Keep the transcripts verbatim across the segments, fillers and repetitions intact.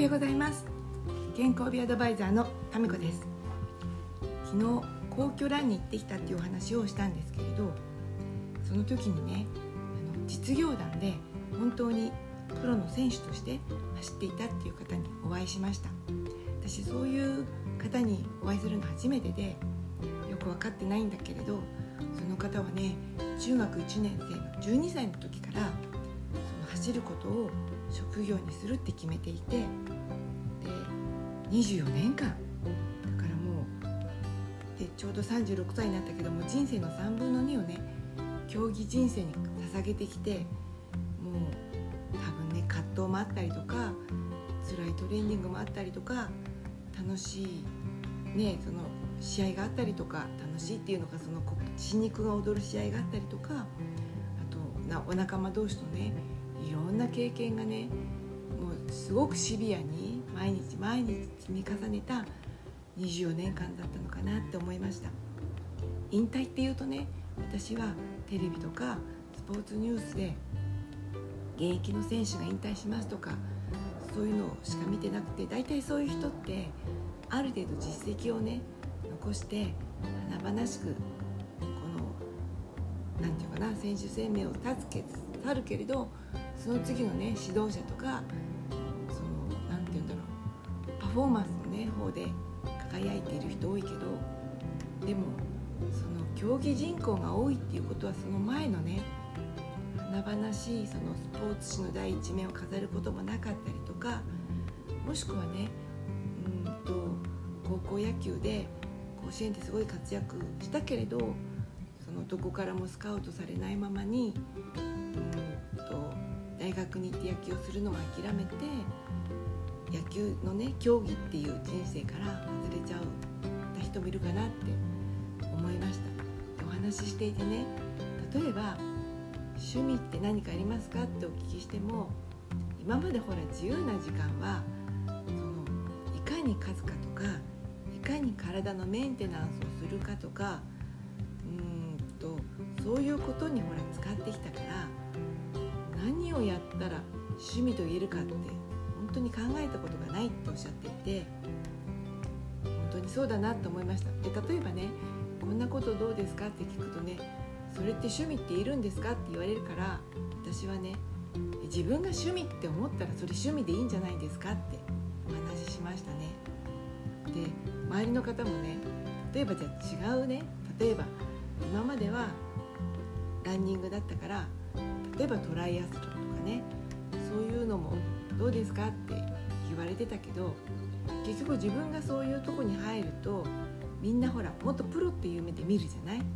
ようございます。健康美アドバイザーのタミコです。昨日皇居ランに行ってきたっていうお話をしたんですけれど、その時にね、あの実業団で本当にプロの選手として走っていたっていう方にお会いしました。私そういう方にお会いするの初めてで、よく分かってないんだけれど、その方はね、中学いちねん生のじゅうにさいの時からその走ることを職業にするって決めていて、でにじゅうよねんかんだからもうでちょうどさんじゅうろくさいになったけども、人生のさんぶんのにをね競技人生に捧げてきて、もう多分ね葛藤もあったりとか、辛いトレーニングもあったりとか、楽しいねその試合があったりとか、楽しいっていうのがその血肉が踊る試合があったりとか、あとなお仲間同士とねいろんな経験がね、もうすごくシビアに毎日毎日積み重ねたにじゅうよねんかんだったのかなって思いました。引退っていうとね、私はテレビとかスポーツニュースで現役の選手が引退しますとか、そういうのしか見てなくて、だいたいそういう人ってある程度実績をね残して華々しくこのなんていうかな、選手生命を絶つけ去るけれど、その次のね指導者とか、そのなんていうんだろう、パフォーマンスのね方で輝いている人多いけど、でもその競技人口が多いっていうことは、その前のね華々しいそのスポーツ紙の第一面を飾ることもなかったりとか、もしくはねうんと高校野球で甲子園ですごい活躍したけれど、そのどこからもスカウトされないままにうんと大学に行って野球をするのを諦めて、野球のね競技っていう人生から外れちゃう人もいるかなって思いました。お話ししていてね、例えば趣味って何かありますかってお聞きしても、今までほら自由な時間はそのいかに勝つかとか、いかに体のメンテナンスをするかとか、うーんとそういうことにほら使ってきたから、何をやったら趣味と言えるかって本当に考えたことがないっておっしゃっていて、本当にそうだなと思いました。で、例えばね、こんなことどうですかって聞くとね、それって趣味っているんですかって言われるから、私はね、自分が趣味って思ったらそれ趣味でいいんじゃないですかってお話ししましたね。で、周りの方もね、例えばじゃあ違うね、例えば今まではランニングだったから、例えばトライアスロンとかね、そういうのもどうですかって言われてたけど、結局自分がそういうとこに入ると、みんなほらもっとプロっていう目で見るじゃない。だ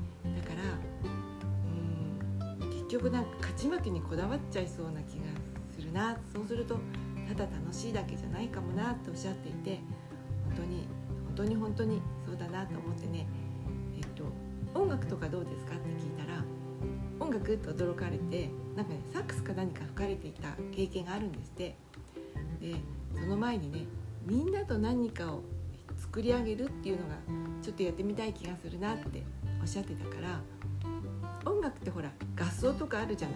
からうーん結局なんか勝ち負けにこだわっちゃいそうな気がするな。そうするとただ楽しいだけじゃないかもなっておっしゃっていて、本当に本当に本当にそうだなと思ってね、えっと音楽とかどうですかって聞いたら、音楽って驚かれて、なんかねサックスか何か吹かれていた経験があるんですって。で、その前にね、みんなと何かを作り上げるっていうのがちょっとやってみたい気がするなっておっしゃってたから、音楽ってほら合奏とかあるじゃない。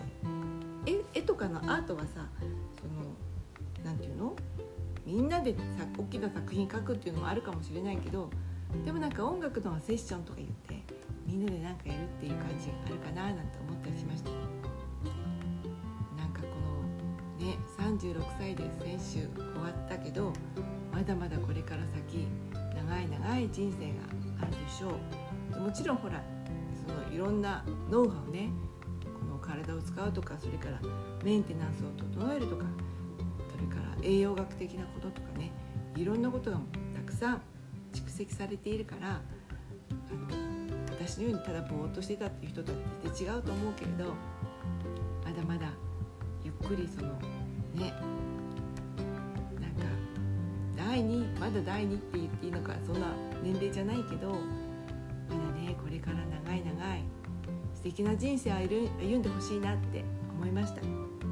絵, 絵とかのアートはさ、そのなんていうの、みんなでさ大きな作品描くっていうのもあるかもしれないけど、でもなんか音楽のはセッションとか言ってみんなでなんかやるっていう感じがあるかななんて思ったりしました。なんかこのねさんじゅうろくさいで選手終わったけど、まだまだこれから先長い長い人生があるでしょう。もちろんほらそのいろんなノウハウね、この体を使うとか、それからメンテナンスを整えるとか、それから栄養学的なこととかね、いろんなことがたくさん蓄積されているから、あの私のようにただぼーっとしてたっていう人とは全然違うと思うけれど、まだまだゆっくりそのね、なんかだいにまだだいにって言っていいのか、そんな年齢じゃないけど、まだねこれから長い長い素敵な人生を歩んでほしいなって思いました。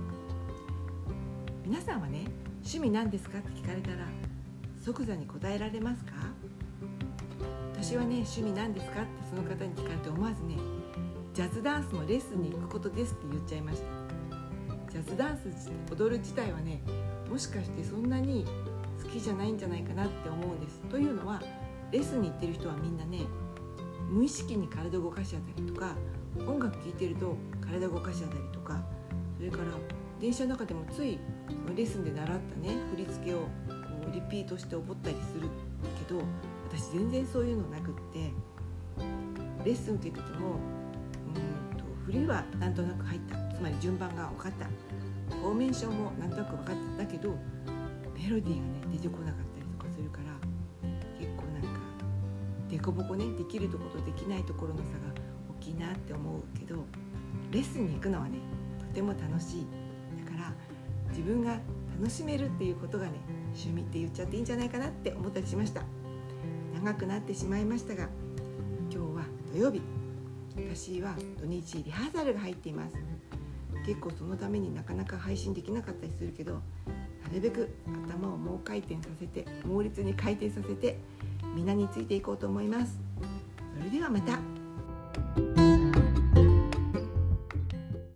皆さんはね、趣味何ですかって聞かれたら即座に答えられますか？私はね、趣味何ですかってその方に聞かれて思わずね、ジャズダンスのレッスンに行くことですって言っちゃいました。ジャズダンス踊る自体はね、もしかしてそんなにきじゃないんじゃないかなって思うんです。というのはレッスンに行ってる人はみんなね、無意識に体を動かしちゃったりとか、音楽聴いてると体を動かしちゃったりとか、それから電車の中でもついレッスンで習ったね振り付けをこうリピートして覚ったりするけど、私全然そういうのなくって、レッスン受けててもうんと振りはなんとなく入った、つまり順番が分かった、フォーメーションもなんとなく分かってたけどメロディーがね出てこなかったりとかするから、結構なんかデコボコね、できるところとできないところの差が大きいなって思うけど、レッスンに行くのはねとても楽しい。だから自分が楽しめるっていうことがね趣味って言っちゃっていいんじゃないかなって思ったりしました。長くなってしまいましたが、今日は土曜日、私は土日リハーサルが入っています。結構そのためになかなか配信できなかったりするけど、なるべく頭を猛回転させて、猛烈に回転させてみんなについていこうと思います。それではまた。